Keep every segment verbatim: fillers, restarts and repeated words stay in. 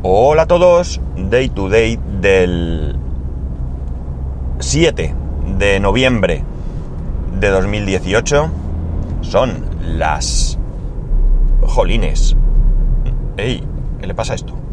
Hola a todos, Day to Day del siete de noviembre de dos mil dieciocho. Son las... Jolines. Ey, ¿qué le pasa a esto?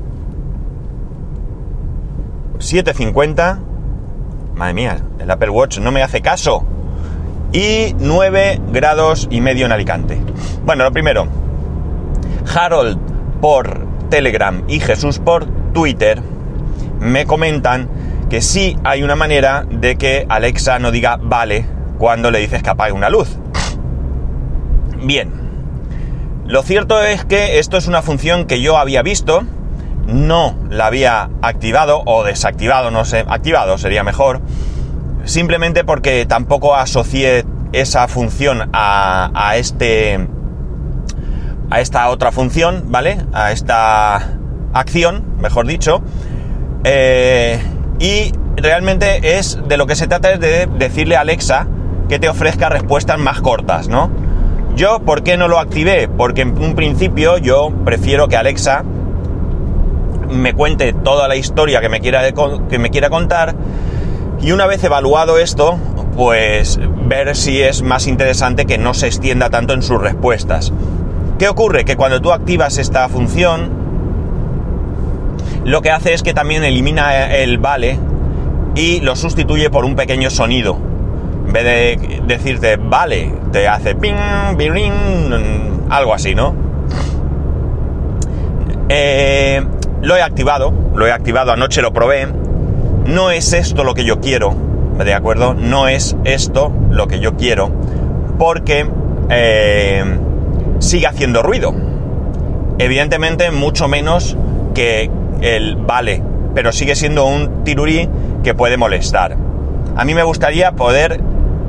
siete cincuenta. Madre mía, el Apple Watch no me hace caso. Y nueve grados y medio en Alicante. Bueno, lo primero, Harold por Telegram y Jesús por Twitter me comentan que sí hay una manera de que Alexa no diga vale cuando le dices que apague una luz. Bien, lo cierto es que esto es una función que yo había visto, no la había activado o desactivado, no sé, activado sería mejor, simplemente porque tampoco asocié esa función a, a este... a esta otra función, ¿vale? A esta acción, mejor dicho. Eh, y realmente es de lo que se trata es de decirle a Alexa que te ofrezca respuestas más cortas, ¿no? Yo, ¿por qué no lo activé? Porque en un principio yo prefiero que Alexa me cuente toda la historia que me quiera, que me quiera contar, y una vez evaluado esto, pues ver si es más interesante que no se extienda tanto en sus respuestas. ¿Qué ocurre? Que cuando tú activas esta función, lo que hace es que también elimina el vale y lo sustituye por un pequeño sonido. En vez de decirte vale, te hace ping, biring, algo así, ¿no? Eh, lo he activado, lo he activado, anoche lo probé. No es esto lo que yo quiero, ¿de acuerdo? No es esto lo que yo quiero, porque... Eh, sigue haciendo ruido, evidentemente mucho menos que el vale, pero sigue siendo un tirurí que puede molestar. A mí me gustaría poder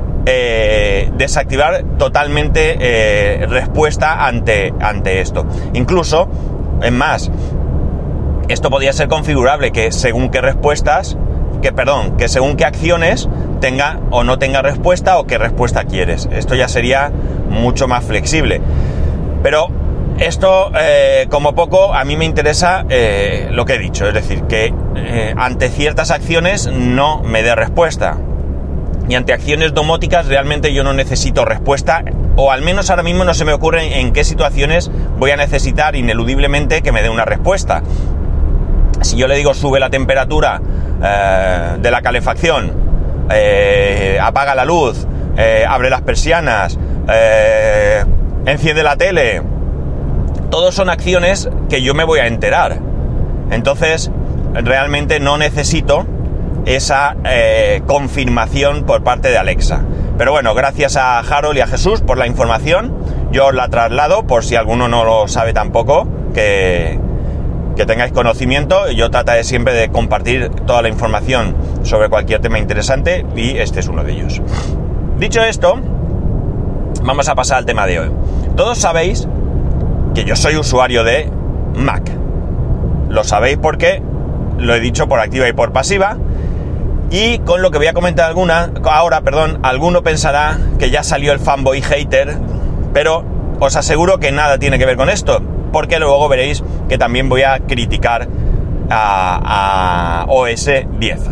eh, desactivar totalmente eh, respuesta ante, ante esto. Incluso, es más, esto podría ser configurable, que según qué respuestas, que perdón, que según qué acciones tenga o no tenga respuesta, o qué respuesta quieres. Esto ya sería mucho más flexible. Pero esto, eh, como poco, a mí me interesa eh, lo que he dicho, es decir, que eh, ante ciertas acciones no me dé respuesta. Y ante acciones domóticas realmente yo no necesito respuesta, o al menos ahora mismo no se me ocurre en qué situaciones voy a necesitar ineludiblemente que me dé una respuesta. Si yo le digo sube la temperatura eh, de la calefacción, eh, apaga la luz, eh, abre las persianas, eh, enciende la tele, todos son acciones que yo me voy a enterar. Entonces realmente no necesito esa eh, confirmación por parte de Alexa. Pero bueno, gracias a Harold y a Jesús por la información. Yo os la traslado por si alguno no lo sabe tampoco, que, que tengáis conocimiento. Yo trataré siempre de compartir toda la información sobre cualquier tema interesante, y este es uno de ellos. Dicho esto, vamos a pasar al tema de hoy. Todos sabéis que yo soy usuario de Mac. Lo sabéis porque lo he dicho por activa y por pasiva. Y con lo que voy a comentar alguna, ahora, perdón, alguno pensará que ya salió el fanboy hater, pero os aseguro que nada tiene que ver con esto, porque luego veréis que también voy a criticar a, a O S diez.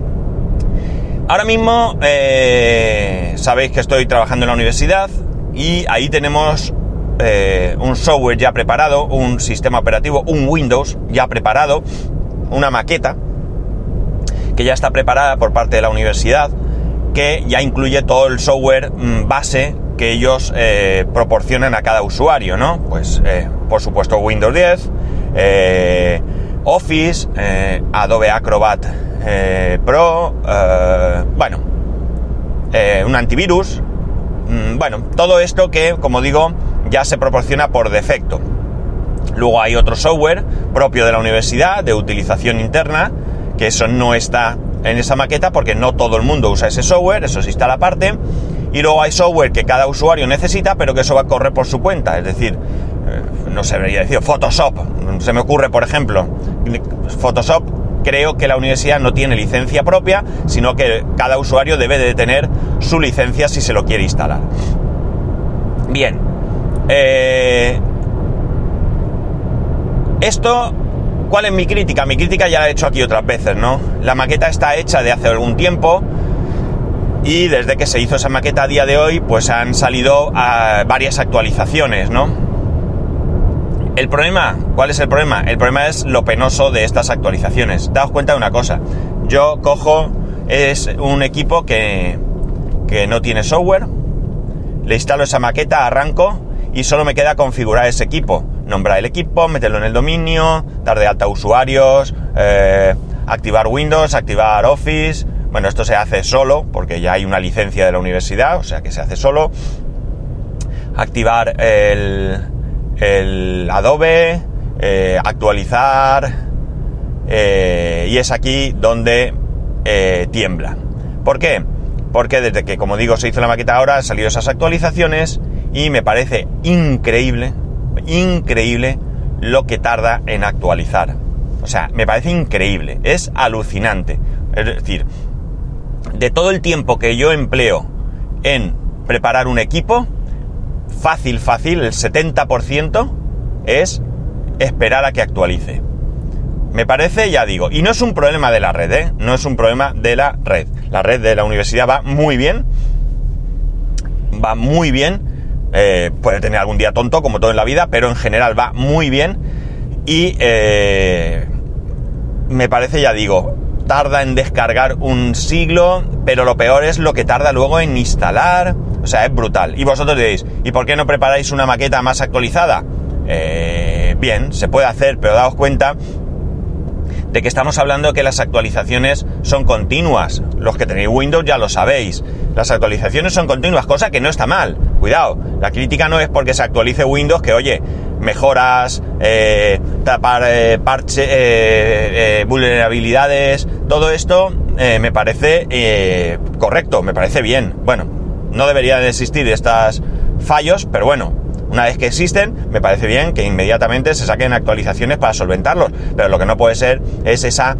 Ahora mismo eh, sabéis que estoy trabajando en la universidad y ahí tenemos eh, un software ya preparado, un sistema operativo, un Windows ya preparado, una maqueta que ya está preparada por parte de la universidad, que ya incluye todo el software mmm, base que ellos eh, proporcionan a cada usuario, ¿no? Pues eh, por supuesto Windows diez, eh, Office, eh, Adobe Acrobat eh, Pro, eh, bueno, eh, un antivirus, mmm, bueno, todo esto que, como digo, ya se proporciona por defecto. Luego hay otro software propio de la universidad, de utilización interna, que eso no está en esa maqueta porque no todo el mundo usa ese software, eso se instala aparte. Y luego hay software que cada usuario necesita, pero que eso va a correr por su cuenta, es decir, eh, no sé, debería decir Photoshop, se me ocurre, por ejemplo, Photoshop, creo que la universidad no tiene licencia propia, sino que cada usuario debe de tener su licencia si se lo quiere instalar. Bien, eh, esto ¿Cuál es mi crítica? Mi crítica ya la he hecho aquí otras veces, ¿no? La maqueta está hecha de hace algún tiempo y desde que se hizo esa maqueta a día de hoy, pues han salido uh, varias actualizaciones, ¿no? El problema, ¿cuál es el problema? El problema es lo penoso de estas actualizaciones. Daos cuenta de una cosa, yo cojo, es un equipo que, que no tiene software, le instalo esa maqueta, arranco y solo me queda configurar ese equipo, nombrar el equipo, meterlo en el dominio, dar de alta usuarios, eh, activar Windows, activar Office. Bueno, esto se hace solo porque ya hay una licencia de la universidad, o sea que se hace solo. Activar el, el Adobe, eh, actualizar, eh, y es aquí donde eh, tiembla. ¿Por qué? Porque desde que, como digo, se hizo la maqueta ahora, han salido esas actualizaciones y me parece increíble, increíble lo que tarda en actualizar. O sea, me parece increíble, es alucinante. Es decir, de todo el tiempo que yo empleo en preparar un equipo, fácil, fácil, el setenta por ciento es esperar a que actualice. Me parece, ya digo, y no es un problema de la red, ¿eh? No es un problema de la red. La red de la universidad va muy bien, va muy bien, eh, puede tener algún día tonto, como todo en la vida, pero en general va muy bien y eh, me parece, ya digo, tarda en descargar un siglo, pero lo peor es lo que tarda luego en instalar, o sea, es brutal. Y vosotros diréis, ¿y por qué no preparáis una maqueta más actualizada? Eh, bien, se puede hacer, pero daos cuenta de que estamos hablando de que las actualizaciones son continuas. Los que tenéis Windows ya lo sabéis. Las actualizaciones son continuas, cosa que no está mal. Cuidado, la crítica no es porque se actualice Windows, que oye, mejoras, eh, tapar eh, parche, eh, eh, vulnerabilidades, todo esto eh, me parece eh, correcto, me parece bien. Bueno, no deberían existir estos fallos, pero bueno, una vez que existen, me parece bien que inmediatamente se saquen actualizaciones para solventarlos, pero lo que no puede ser es esa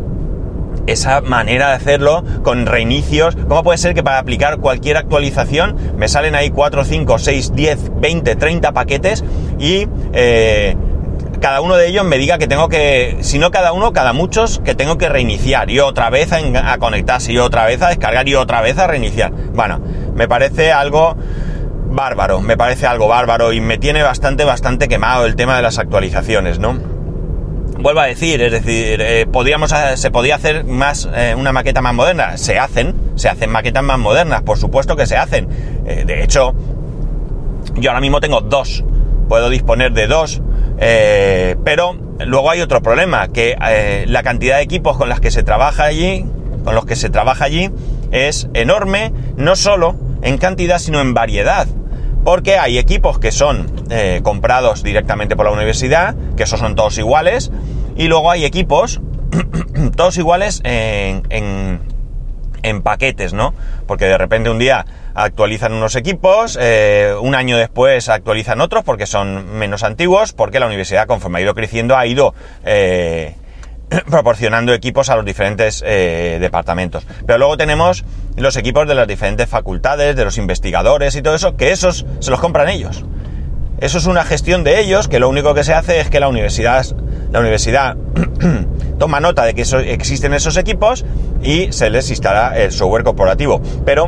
esa manera de hacerlo con reinicios. ¿Cómo puede ser que para aplicar cualquier actualización me salen ahí cuatro, cinco, seis, diez, veinte, treinta paquetes y eh, cada uno de ellos me diga que tengo que, si no cada uno, cada muchos, que tengo que reiniciar y otra vez a, a conectarse y otra vez a descargar y otra vez a reiniciar? Bueno, me parece algo bárbaro, me parece algo bárbaro y me tiene bastante, bastante quemado el tema de las actualizaciones, ¿no? Vuelvo a decir, es decir, eh, podríamos, se podía hacer más, eh, una maqueta más moderna. Se hacen, se hacen maquetas más modernas, por supuesto que se hacen. Eh, de hecho, yo ahora mismo tengo dos, puedo disponer de dos, eh, pero luego hay otro problema, que eh, la cantidad de equipos con las que se trabaja allí, con los que se trabaja allí, es enorme, no solo en cantidad, sino en variedad. Porque hay equipos que son eh, comprados directamente por la universidad, que esos son todos iguales, y luego hay equipos todos iguales en, en, en paquetes, ¿no? Porque de repente un día actualizan unos equipos, eh, un año después actualizan otros porque son menos antiguos, porque la universidad, conforme ha ido creciendo, ha ido eh, proporcionando equipos a los diferentes eh, departamentos. Pero luego tenemos los equipos de las diferentes facultades, de los investigadores y todo eso, que esos se los compran ellos. Eso es una gestión de ellos, que lo único que se hace es que la universidad, la universidad toma nota de que eso, existen esos equipos y se les instala el software corporativo. Pero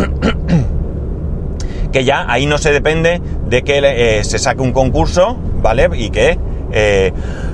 que ya ahí no se depende de que eh, se saque un concurso, ¿vale? Y que eh,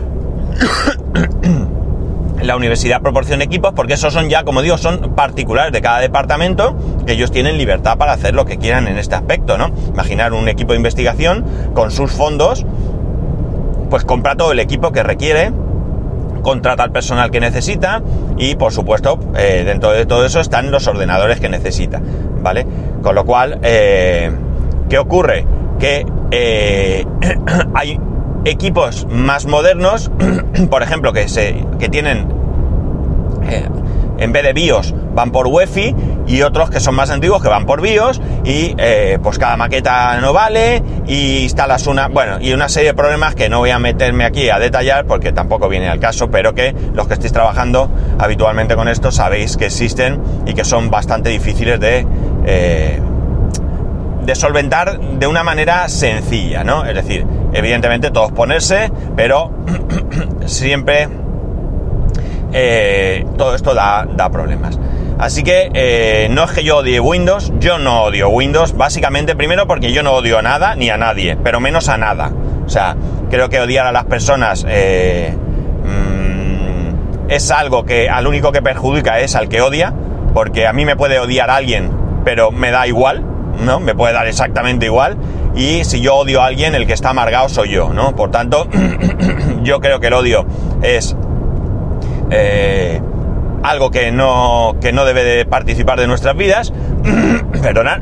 la universidad proporciona equipos, porque esos son ya, como digo, son particulares de cada departamento, que ellos tienen libertad para hacer lo que quieran en este aspecto, ¿no? Imaginar un equipo de investigación con sus fondos, pues compra todo el equipo que requiere, contrata al personal que necesita y, por supuesto, eh, dentro de todo eso están los ordenadores que necesita, ¿vale? Con lo cual, eh, ¿qué ocurre? Que eh, hay equipos más modernos, por ejemplo, que se que tienen eh, en vez de BIOS van por UEFI, y otros que son más antiguos que van por BIOS, y eh, pues cada maqueta no vale, y instalas una, bueno, y una serie de problemas que no voy a meterme aquí a detallar porque tampoco viene al caso, pero que los que estéis trabajando habitualmente con esto sabéis que existen y que son bastante difíciles de eh, de solventar de una manera sencilla, ¿no? Es decir, evidentemente todos ponerse, pero siempre eh, todo esto da, da problemas. Así que eh, no es que yo odie Windows, yo no odio Windows, básicamente primero porque yo no odio a nada ni a nadie, pero menos a nada. O sea, creo que odiar a las personas eh, mmm, es algo que al único que perjudica es al que odia, porque a mí me puede odiar a alguien, pero me da igual, ¿no? Me puede dar exactamente igual, y si yo odio a alguien, el que está amargado soy yo, ¿no? Por tanto, yo creo que el odio es eh, algo que no, que no debe de participar de nuestras vidas, perdonad,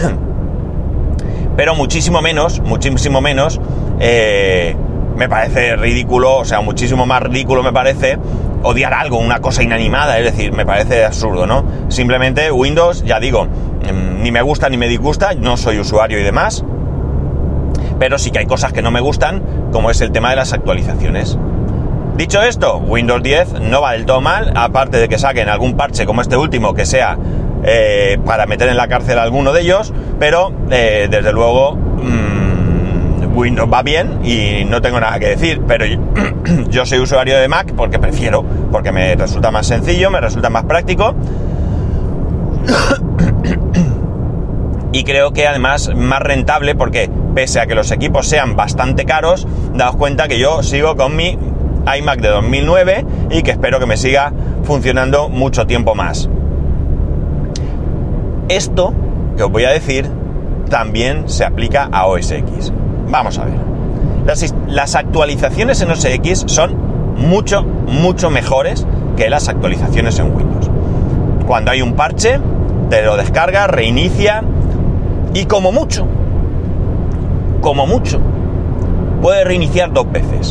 pero muchísimo menos, muchísimo menos, eh, me parece ridículo, o sea, muchísimo más ridículo me parece odiar algo, una cosa inanimada, es decir, me parece absurdo, ¿no? Simplemente Windows, ya digo, ni me gusta ni me disgusta, no soy usuario y demás, pero sí que hay cosas que no me gustan, como es el tema de las actualizaciones. Dicho esto, Windows diez no va del todo mal, aparte de que saquen algún parche como este último que sea eh, para meter en la cárcel a alguno de ellos, pero eh, desde luego mmm, Windows va bien y no tengo nada que decir, pero yo, yo soy usuario de Mac porque prefiero, porque me resulta más sencillo, me resulta más práctico y creo que además más rentable, porque pese a que los equipos sean bastante caros, daos cuenta que yo sigo con mi iMac de dos mil nueve y que espero que me siga funcionando mucho tiempo más. Esto que os voy a decir también se aplica a O S X. Vamos a ver. Las, las actualizaciones en O S X son mucho, mucho mejores que las actualizaciones en Windows. Cuando hay un parche, te lo descarga, reinicia y como mucho, como mucho, puede reiniciar dos veces.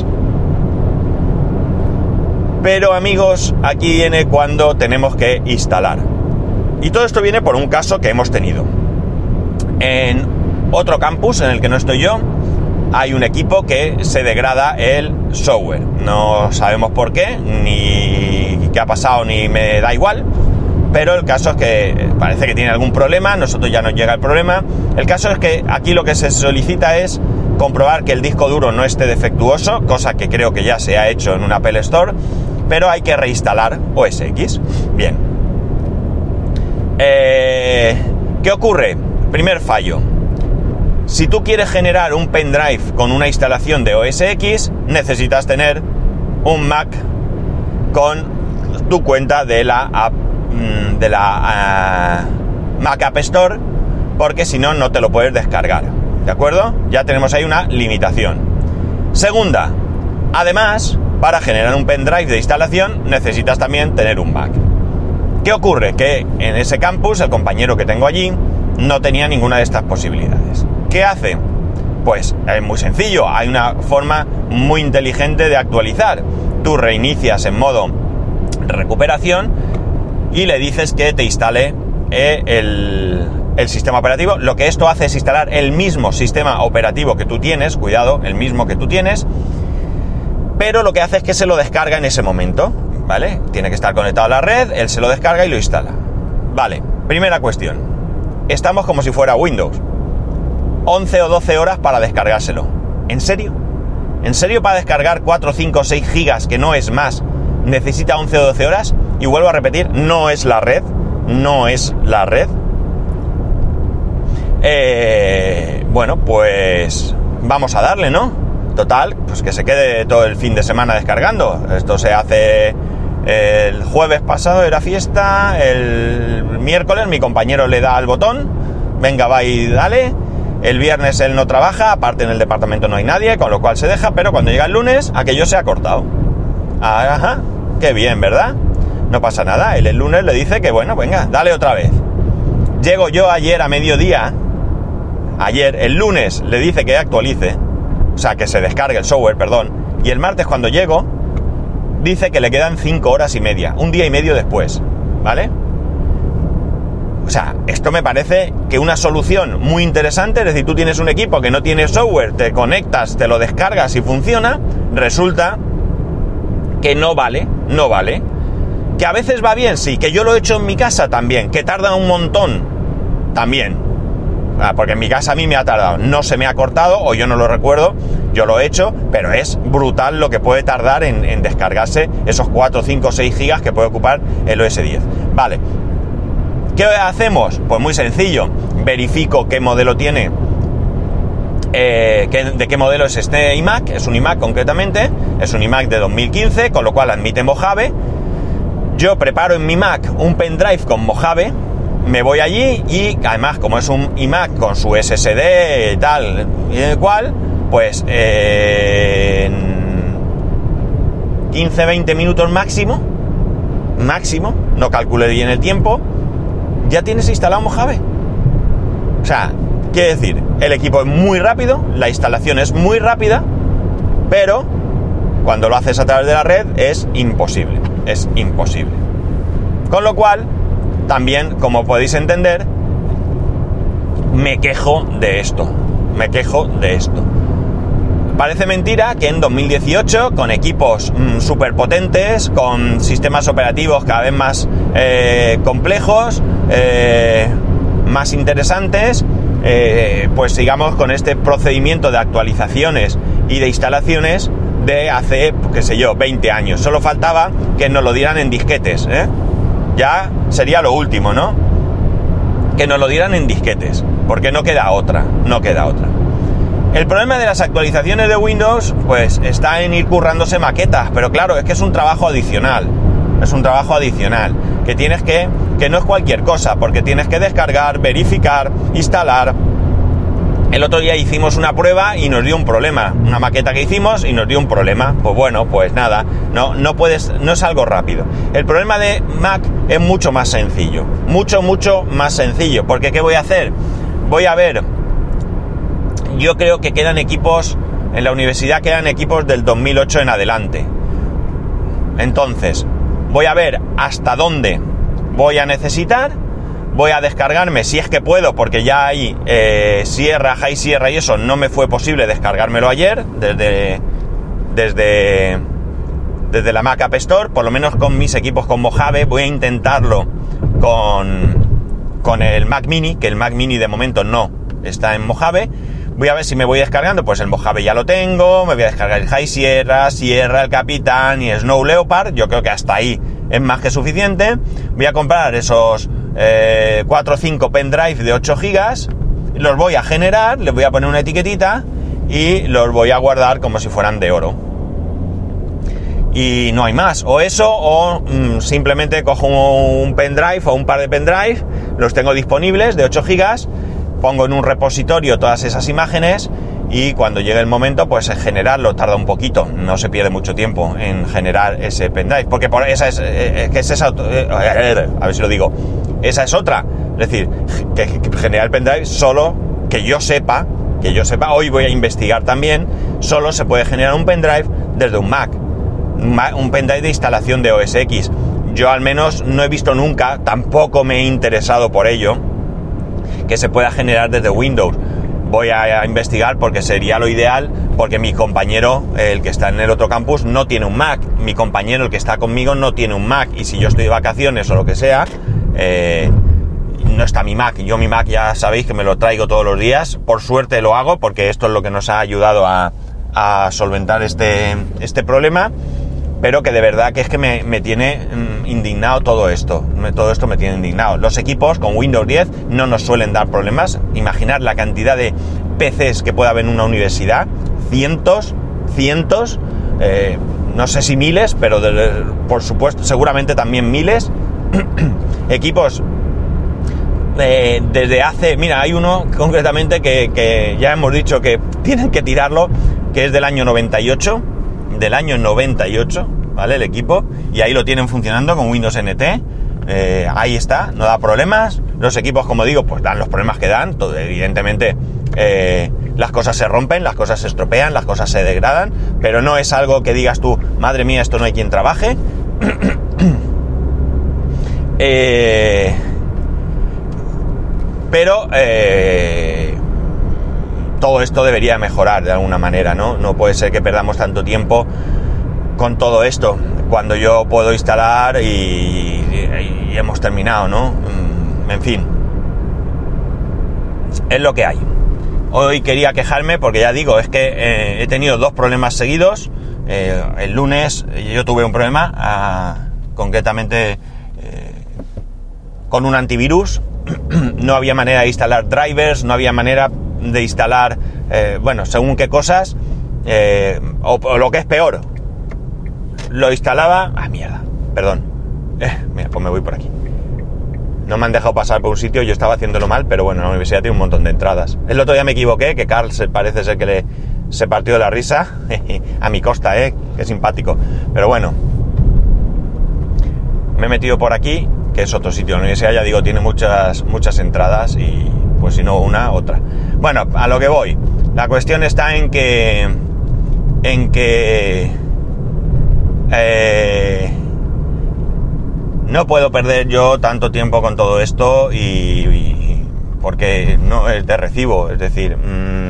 Pero amigos, aquí viene cuando tenemos que instalar. Y todo esto viene por un caso que hemos tenido. En otro campus en el que no estoy yo, hay un equipo que se degrada el software. No sabemos por qué, ni qué ha pasado, ni me da igual. Pero el caso es que parece que tiene algún problema, a nosotros ya nos llega el problema. El caso es que aquí lo que se solicita es comprobar que el disco duro no esté defectuoso, cosa que creo que ya se ha hecho en un Apple Store, pero hay que reinstalar O S X. Bien. Eh, ¿Qué ocurre? Primer fallo. Si tú quieres generar un pendrive con una instalación de O S X, necesitas tener un Mac con tu cuenta de la app, de la uh, Mac App Store, porque si no, no te lo puedes descargar. ¿De acuerdo? Ya tenemos ahí una limitación. Segunda, además, para generar un pendrive de instalación necesitas también tener un Mac. ¿Qué ocurre? Que en ese campus, el compañero que tengo allí, no tenía ninguna de estas posibilidades. ¿Qué hace? Pues es muy sencillo, hay una forma muy inteligente de actualizar. Tú reinicias en modo recuperación y le dices que te instale eh, el, el sistema operativo. Lo que esto hace es instalar el mismo sistema operativo que tú tienes, cuidado, el mismo que tú tienes, pero lo que hace es que se lo descarga en ese momento, ¿vale? Tiene que estar conectado a la red, él se lo descarga y lo instala. Vale, primera cuestión. Estamos como si fuera Windows. once o doce horas para descargárselo. ¿En serio? ¿En serio para descargar cuatro, cinco, seis gigas, que no es más, necesita once o doce horas? Y vuelvo a repetir, no es la red, no es la red. Eh, bueno, pues vamos a darle, ¿no? Total, pues que se quede todo el fin de semana descargando. Esto se hace el jueves pasado, era fiesta, el miércoles mi compañero le da al botón, venga, va y dale. El viernes él no trabaja, aparte en el departamento no hay nadie, con lo cual se deja, pero cuando llega el lunes, aquello se ha cortado. Ajá, qué bien, ¿verdad? No pasa nada, él el lunes le dice que bueno, venga, dale otra vez. Llego yo ayer a mediodía, ayer, el lunes, le dice que actualice, o sea, que se descargue el software, perdón, y el martes cuando llego, dice que le quedan cinco horas y media, un día y medio después, ¿vale? O sea, esto me parece que una solución muy interesante, es decir, tú tienes un equipo que no tiene software, te conectas, te lo descargas y funciona, resulta que no vale, no vale. Que a veces va bien, sí, que yo lo he hecho en mi casa también, que tarda un montón, también. Porque en mi casa a mí me ha tardado, no se me ha cortado, o yo no lo recuerdo, Yo lo he hecho, pero es brutal lo que puede tardar en, en descargarse esos cuatro, cinco, seis gigas que puede ocupar el O S diez. Vale. ¿Qué hacemos? Pues muy sencillo. Verifico qué modelo tiene, eh, qué, de qué modelo es este iMac. Es un iMac concretamente, es un iMac de dos mil quince, con lo cual admite Mojave. Yo preparo en mi Mac un pendrive con Mojave, me voy allí y además como es un iMac con su S S D y tal y cual, pues eh, en quince a veinte minutos máximo, máximo, no calculé bien el tiempo, ya tienes instalado Mojave. O sea, quiere decir, el equipo es muy rápido, la instalación es muy rápida, pero cuando lo haces a través de la red es imposible, es imposible. Con lo cual, también, como podéis entender, me quejo de esto, me quejo de esto. Parece mentira que en dos mil dieciocho, con equipos mmm, súper potentes, con sistemas operativos cada vez más eh, complejos, eh, más interesantes, eh, pues sigamos con este procedimiento de actualizaciones y de instalaciones de hace, qué sé yo, veinte años. Solo faltaba que nos lo dieran en disquetes, ¿eh? Ya sería lo último, ¿no? Que nos lo dieran en disquetes, porque no queda otra, no queda otra. El problema de las actualizaciones de Windows, pues está en ir currándose maquetas, pero claro, es que es un trabajo adicional, es un trabajo adicional, que tienes que, que no es cualquier cosa, porque tienes que descargar, verificar, instalar. El otro día hicimos una prueba y nos dio un problema, una maqueta que hicimos y nos dio un problema. Pues bueno, pues nada, no, no puedes, no es algo rápido. El problema de Mac es mucho más sencillo, mucho, mucho más sencillo, porque ¿qué voy a hacer? Voy a ver, yo creo que quedan equipos, en la universidad quedan equipos del dos mil ocho en adelante. Entonces, voy a ver hasta dónde voy a necesitar. Voy a descargarme, si es que puedo, porque ya hay eh, Sierra, High Sierra y eso, no me fue posible descargármelo ayer desde, desde, desde la Mac App Store, por lo menos con mis equipos con Mojave. Voy a intentarlo con, con el Mac Mini, que el Mac Mini de momento no está en Mojave. Voy a ver si me voy descargando, pues el Mojave ya lo tengo, me voy a descargar el High Sierra, Sierra, el Capitán y Snow Leopard. Yo creo que hasta ahí es más que suficiente. Voy a comprar esos Eh, cuatro o cinco pendrive de ocho gigas, los voy a generar, les voy a poner una etiquetita y los voy a guardar como si fueran de oro. Y no hay más, o eso, o mmm, simplemente cojo un pendrive o un par de pendrive, los tengo disponibles de ocho gigas, pongo en un repositorio todas esas imágenes y cuando llegue el momento, pues en generarlo tarda un poquito, no se pierde mucho tiempo en generar ese pendrive, porque por esa es, es que es esa, a ver si lo digo, esa es otra, es decir, que, que generar el pendrive solo, que yo sepa, que yo sepa, hoy voy a investigar también, solo se puede generar un pendrive desde un Mac, un pendrive de instalación de O S X. Yo al menos no he visto nunca, tampoco me he interesado por ello, que se pueda generar desde Windows. Voy a investigar porque sería lo ideal, porque mi compañero, el que está en el otro campus, no tiene un Mac. Mi compañero, el que está conmigo, no tiene un Mac. Y si yo estoy de vacaciones o lo que sea, eh, no está mi Mac. Yo mi Mac ya sabéis que me lo traigo todos los días. Por suerte lo hago, porque esto es lo que nos ha ayudado a, a solventar este, este problema. Pero que de verdad que es que me, me tiene mmm, indignado todo esto. Me, todo esto me tiene indignado. Los equipos con Windows diez no nos suelen dar problemas. Imaginar la cantidad de P Cs que puede haber en una universidad. Cientos, cientos, eh, no sé si miles, pero de, por supuesto, seguramente también miles. Equipos eh, desde hace... Mira, hay uno concretamente que, que ya hemos dicho que tienen que tirarlo, que es del año noventa y ocho. Del año noventa y ocho, ¿vale? El equipo, y ahí lo tienen funcionando con Windows N T, eh, ahí está, no da problemas. Los equipos, como digo, pues dan los problemas que dan, todo, evidentemente eh, las cosas se rompen, las cosas se estropean, las cosas se degradan, pero no es algo que digas tú, madre mía, esto no hay quien trabaje. eh, pero eh, todo esto debería mejorar de alguna manera, ¿no? No puede ser que perdamos tanto tiempo con todo esto, cuando yo puedo instalar y, y, y hemos terminado, ¿no? En fin, es lo que hay. hoy quería quejarme porque ya digo, es que eh, he tenido dos problemas seguidos. Eh, el lunes yo tuve un problema, ah, concretamente eh, con un antivirus. No había manera de instalar drivers, no había manera de instalar, eh, bueno, según qué cosas, eh, o, o lo que es peor, lo instalaba... Ah, mierda, perdón. Eh, mira, pues me voy por aquí. No me han dejado pasar por un sitio, yo estaba haciéndolo mal, pero bueno, la universidad tiene un montón de entradas. El otro día me equivoqué, que Carl se parece ser que le, se partió de la risa, a mi costa, eh, qué simpático. Pero bueno, me he metido por aquí, que es otro sitio. La universidad, ya digo, tiene muchas, muchas entradas y pues si no una, otra. Bueno, a lo que voy. La cuestión está en que... En que... Eh, no puedo perder yo tanto tiempo con todo esto y... y porque no es de recibo. Es decir... Mmm,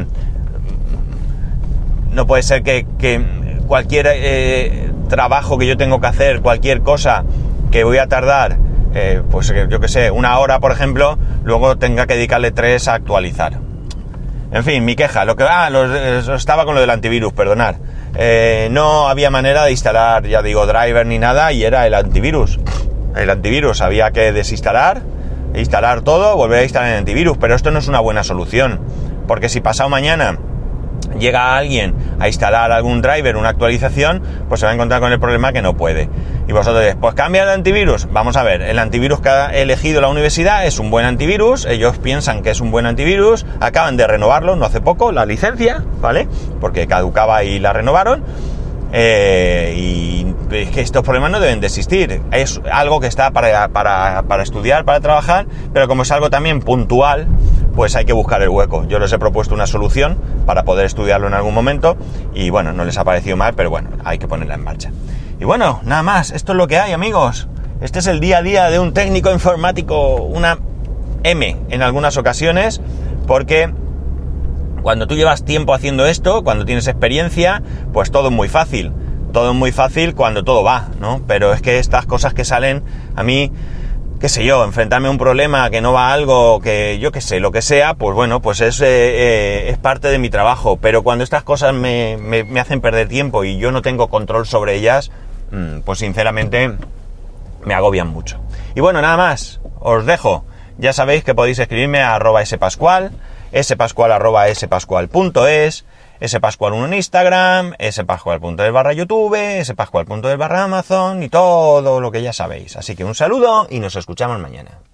no puede ser que, que cualquier eh, trabajo que yo tengo que hacer, cualquier cosa que voy a tardar... Eh, pues yo que sé, una hora por ejemplo, luego tenga que dedicarle tres a actualizar. En fin, mi queja, lo que ah, lo, estaba con lo del antivirus, perdonad. Eh, no había manera de instalar, ya digo, driver ni nada, y era el antivirus. El antivirus había que desinstalar, instalar todo, volver a instalar el antivirus, pero esto no es una buena solución, porque si pasado mañana llega alguien a instalar algún driver, una actualización, pues se va a encontrar con el problema que no puede. Y vosotros diréis, pues cambia el antivirus. Vamos a ver, el antivirus que ha elegido la universidad es un buen antivirus, ellos piensan que es un buen antivirus, acaban de renovarlo, no hace poco, la licencia, ¿vale? Porque caducaba y la renovaron. Eh, y es que estos problemas no deben de existir. Es algo que está para, para, para estudiar, para trabajar, pero como es algo también puntual, pues hay que buscar el hueco. Yo les he propuesto una solución para poder estudiarlo en algún momento y bueno, no les ha parecido mal, pero bueno, hay que ponerla en marcha. Y bueno, nada más, esto es lo que hay, amigos. Este es el día a día de un técnico informático, una M en algunas ocasiones, porque cuando tú llevas tiempo haciendo esto, cuando tienes experiencia, pues todo es muy fácil. Todo es muy fácil cuando todo va, ¿no? Pero es que estas cosas que salen, a mí, qué sé yo, enfrentarme a un problema que no va a algo, que yo qué sé, lo que sea, pues bueno, pues es, eh, eh, es parte de mi trabajo. Pero cuando estas cosas me, me, me hacen perder tiempo y yo no tengo control sobre ellas, pues sinceramente me agobian mucho. Y bueno, nada más, os dejo. Ya sabéis que podéis escribirme a arroba spascual, spascual arroba spascual.es, spascual uno en Instagram, spascual.es barra YouTube, spascual.es barra Amazon y todo lo que ya sabéis. Así que un saludo y nos escuchamos mañana.